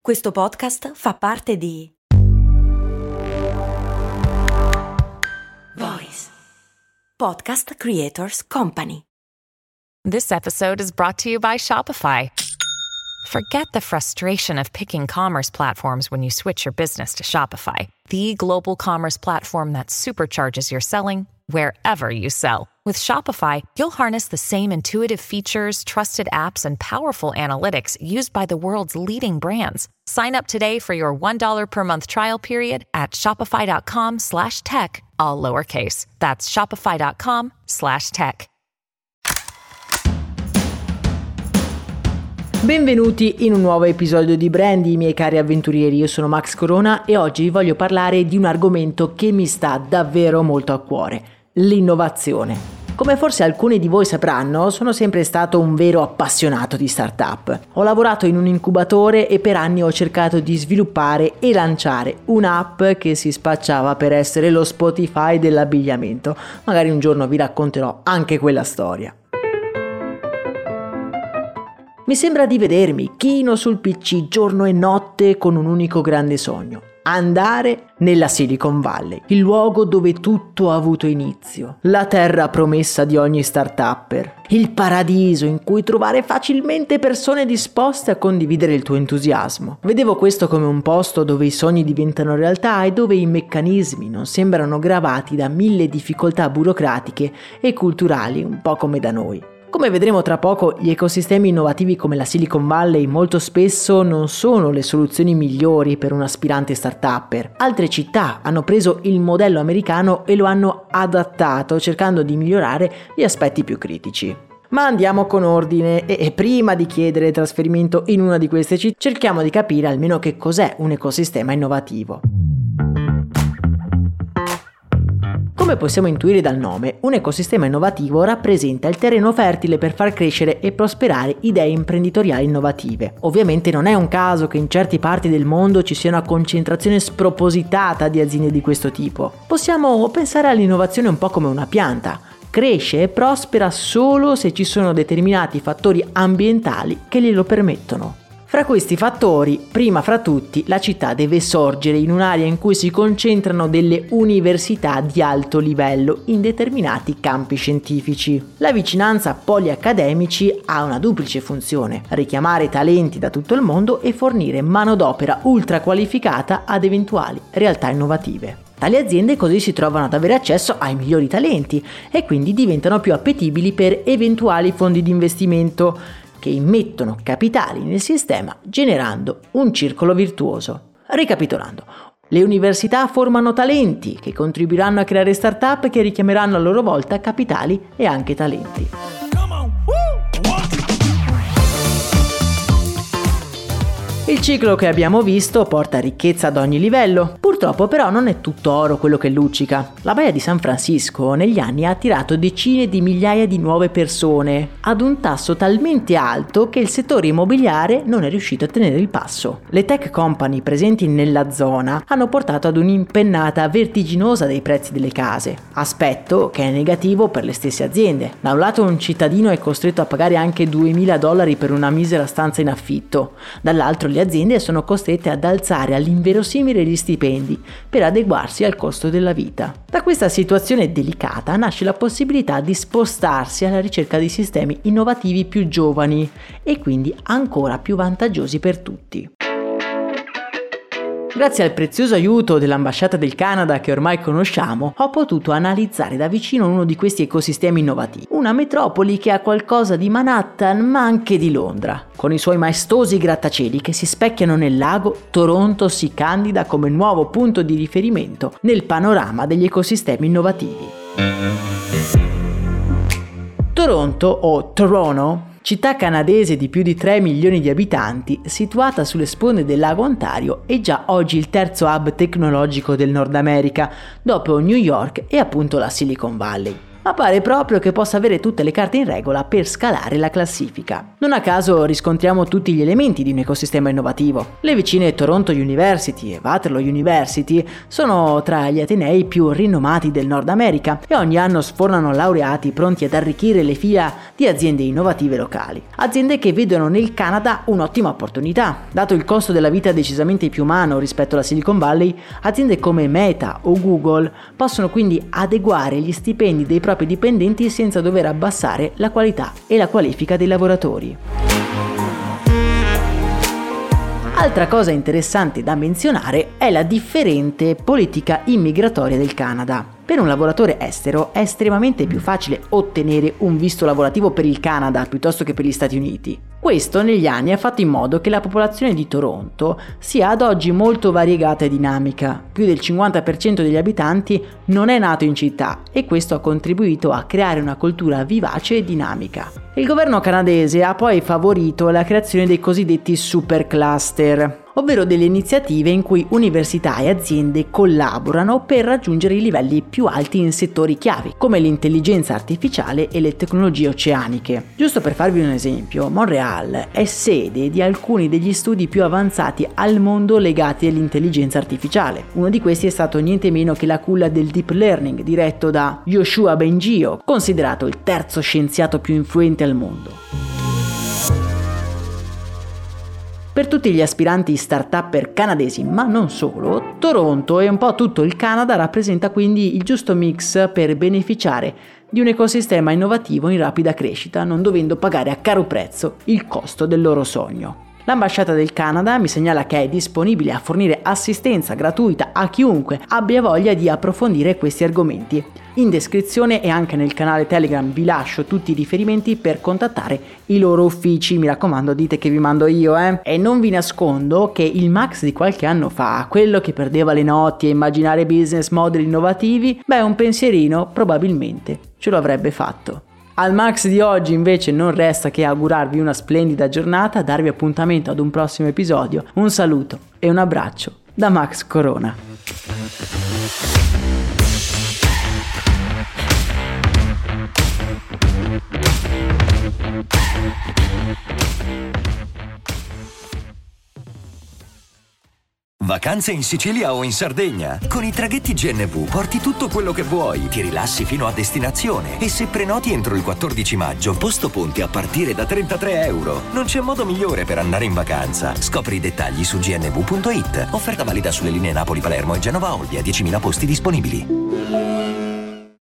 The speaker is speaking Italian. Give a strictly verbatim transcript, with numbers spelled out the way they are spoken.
Questo podcast fa parte di Voice Podcast Creators Company. This episode is brought to you by Shopify. Forget the frustration of picking commerce platforms when you switch your business to Shopify, the global commerce platform that supercharges your selling wherever you sell. With Shopify, you'll harness the same intuitive features, trusted apps, and powerful analytics used by the world's leading brands. Sign up today for your one dollar per month trial period at shopify.com slash tech, all lowercase. That's shopify.com slash tech. Benvenuti in un nuovo episodio di Brandy, miei cari avventurieri. Io sono Max Corona e oggi vi voglio parlare di un argomento che mi sta davvero molto a cuore: l'innovazione. Come forse alcuni di voi sapranno, sono sempre stato un vero appassionato di startup. Ho lavorato in un incubatore e per anni ho cercato di sviluppare e lanciare un'app che si spacciava per essere lo Spotify dell'abbigliamento. Magari un giorno vi racconterò anche quella storia. Mi sembra di vedermi chino sul P C giorno e notte con un unico grande sogno: andare nella Silicon Valley, il luogo dove tutto ha avuto inizio, la terra promessa di ogni startupper, il paradiso in cui trovare facilmente persone disposte a condividere il tuo entusiasmo. Vedevo questo come un posto dove i sogni diventano realtà e dove i meccanismi non sembrano gravati da mille difficoltà burocratiche e culturali, un po' come da noi. Come vedremo tra poco, gli ecosistemi innovativi come la Silicon Valley molto spesso non sono le soluzioni migliori per un aspirante startupper. Altre città hanno preso il modello americano e lo hanno adattato, cercando di migliorare gli aspetti più critici. Ma andiamo con ordine e, e prima di chiedere trasferimento in una di queste città, cerchiamo di capire almeno che cos'è un ecosistema innovativo. Come possiamo intuire dal nome, un ecosistema innovativo rappresenta il terreno fertile per far crescere e prosperare idee imprenditoriali innovative. Ovviamente non è un caso che in certe parti del mondo ci sia una concentrazione spropositata di aziende di questo tipo. Possiamo pensare all'innovazione un po' come una pianta. Cresce e prospera solo se ci sono determinati fattori ambientali che glielo permettono. Fra questi fattori, prima fra tutti, la città deve sorgere in un'area in cui si concentrano delle università di alto livello in determinati campi scientifici. La vicinanza a poli accademici ha una duplice funzione: richiamare talenti da tutto il mondo e fornire manodopera ultra qualificata ad eventuali realtà innovative. Tali aziende così si trovano ad avere accesso ai migliori talenti e quindi diventano più appetibili per eventuali fondi di investimento che immettono capitali nel sistema, generando un circolo virtuoso. Ricapitolando, le università formano talenti che contribuiranno a creare start-up che richiameranno a loro volta capitali e anche talenti. Il ciclo che abbiamo visto porta ricchezza ad ogni livello. Purtroppo però non è tutto oro quello che luccica. La Baia di San Francisco negli anni ha attirato decine di migliaia di nuove persone ad un tasso talmente alto che il settore immobiliare non è riuscito a tenere il passo. Le tech company presenti nella zona hanno portato ad un'impennata vertiginosa dei prezzi delle case, aspetto che è negativo per le stesse aziende. Da un lato un cittadino è costretto a pagare anche duemila dollari per una misera stanza in affitto, dall'altro le aziende sono costrette ad alzare all'inverosimile gli stipendi per adeguarsi al costo della vita. Da questa situazione delicata nasce la possibilità di spostarsi alla ricerca di sistemi innovativi più giovani e quindi ancora più vantaggiosi per tutti. Grazie al prezioso aiuto dell'ambasciata del Canada che ormai conosciamo, ho potuto analizzare da vicino uno di questi ecosistemi innovativi. Una metropoli che ha qualcosa di Manhattan ma anche di Londra. Con i suoi maestosi grattacieli che si specchiano nel lago, Toronto si candida come nuovo punto di riferimento nel panorama degli ecosistemi innovativi. Toronto, o Toronto, città canadese di più di tre milioni di abitanti, situata sulle sponde del lago Ontario, è già oggi il terzo hub tecnologico del Nord America, dopo New York e appunto la Silicon Valley. ma pare proprio che possa avere tutte le carte in regola per scalare la classifica. Non a caso riscontriamo tutti gli elementi di un ecosistema innovativo. Le vicine Toronto University e Waterloo University sono tra gli atenei più rinomati del Nord America e ogni anno sfornano laureati pronti ad arricchire le fila di aziende innovative locali. Aziende che vedono nel Canada un'ottima opportunità. Dato il costo della vita decisamente più umano rispetto alla Silicon Valley, aziende come Meta o Google possono quindi adeguare gli stipendi dei propri dipendenti senza dover abbassare la qualità e la qualifica dei lavoratori. Altra cosa interessante da menzionare è la differente politica immigratoria del Canada. Per un lavoratore estero è estremamente più facile ottenere un visto lavorativo per il Canada piuttosto che per gli Stati Uniti. Questo negli anni ha fatto in modo che la popolazione di Toronto sia ad oggi molto variegata e dinamica. Più del cinquanta per cento degli abitanti non è nato in città e questo ha contribuito a creare una cultura vivace e dinamica. Il governo canadese ha poi favorito la creazione dei cosiddetti super cluster, ovvero delle iniziative in cui università e aziende collaborano per raggiungere i livelli più alti in settori chiavi, come l'intelligenza artificiale e le tecnologie oceaniche. Giusto per farvi un esempio, Montreal è sede di alcuni degli studi più avanzati al mondo legati all'intelligenza artificiale. Uno di questi è stato niente meno che la culla del Deep Learning, diretto da Yoshua Bengio, considerato il terzo scienziato più influente al mondo. Per tutti gli aspiranti start-upper canadesi, ma non solo, Toronto e un po' tutto il Canada rappresenta quindi il giusto mix per beneficiare di un ecosistema innovativo in rapida crescita, non dovendo pagare a caro prezzo il costo del loro sogno. L'ambasciata del Canada mi segnala che è disponibile a fornire assistenza gratuita a chiunque abbia voglia di approfondire questi argomenti. In descrizione e anche nel canale Telegram vi lascio tutti i riferimenti per contattare i loro uffici. Mi raccomando, dite che vi mando io, eh? E non vi nascondo che il Max di qualche anno fa, quello che perdeva le notti a immaginare business model innovativi, beh, un pensierino probabilmente ce lo avrebbe fatto. Al Max di oggi invece non resta che augurarvi una splendida giornata, darvi appuntamento ad un prossimo episodio. Un saluto e un abbraccio da Max Corona. Vacanze in Sicilia o in Sardegna? Con i traghetti G N V porti tutto quello che vuoi, ti rilassi fino a destinazione e se prenoti entro il quattordici maggio, posto ponti a partire da trentatré euro. Non c'è modo migliore per andare in vacanza. Scopri i dettagli su g n v punto i t. Offerta valida sulle linee Napoli-Palermo e Genova-Olbia, diecimila posti disponibili.